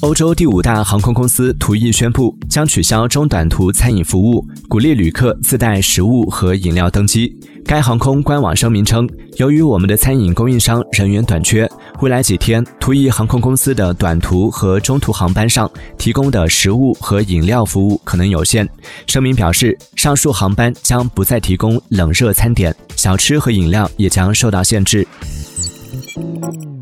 欧洲第5大航空公司途易宣布将取消中短途餐饮服务，鼓励旅客自带食物和饮料登机。该航空官网声明称，由于我们的餐饮供应商人员短缺，未来几天途易航空公司的短途和中途航班上提供的食物和饮料服务可能有限。声明表示，上述航班将不再提供冷热餐点，小吃和饮料也将受到限制。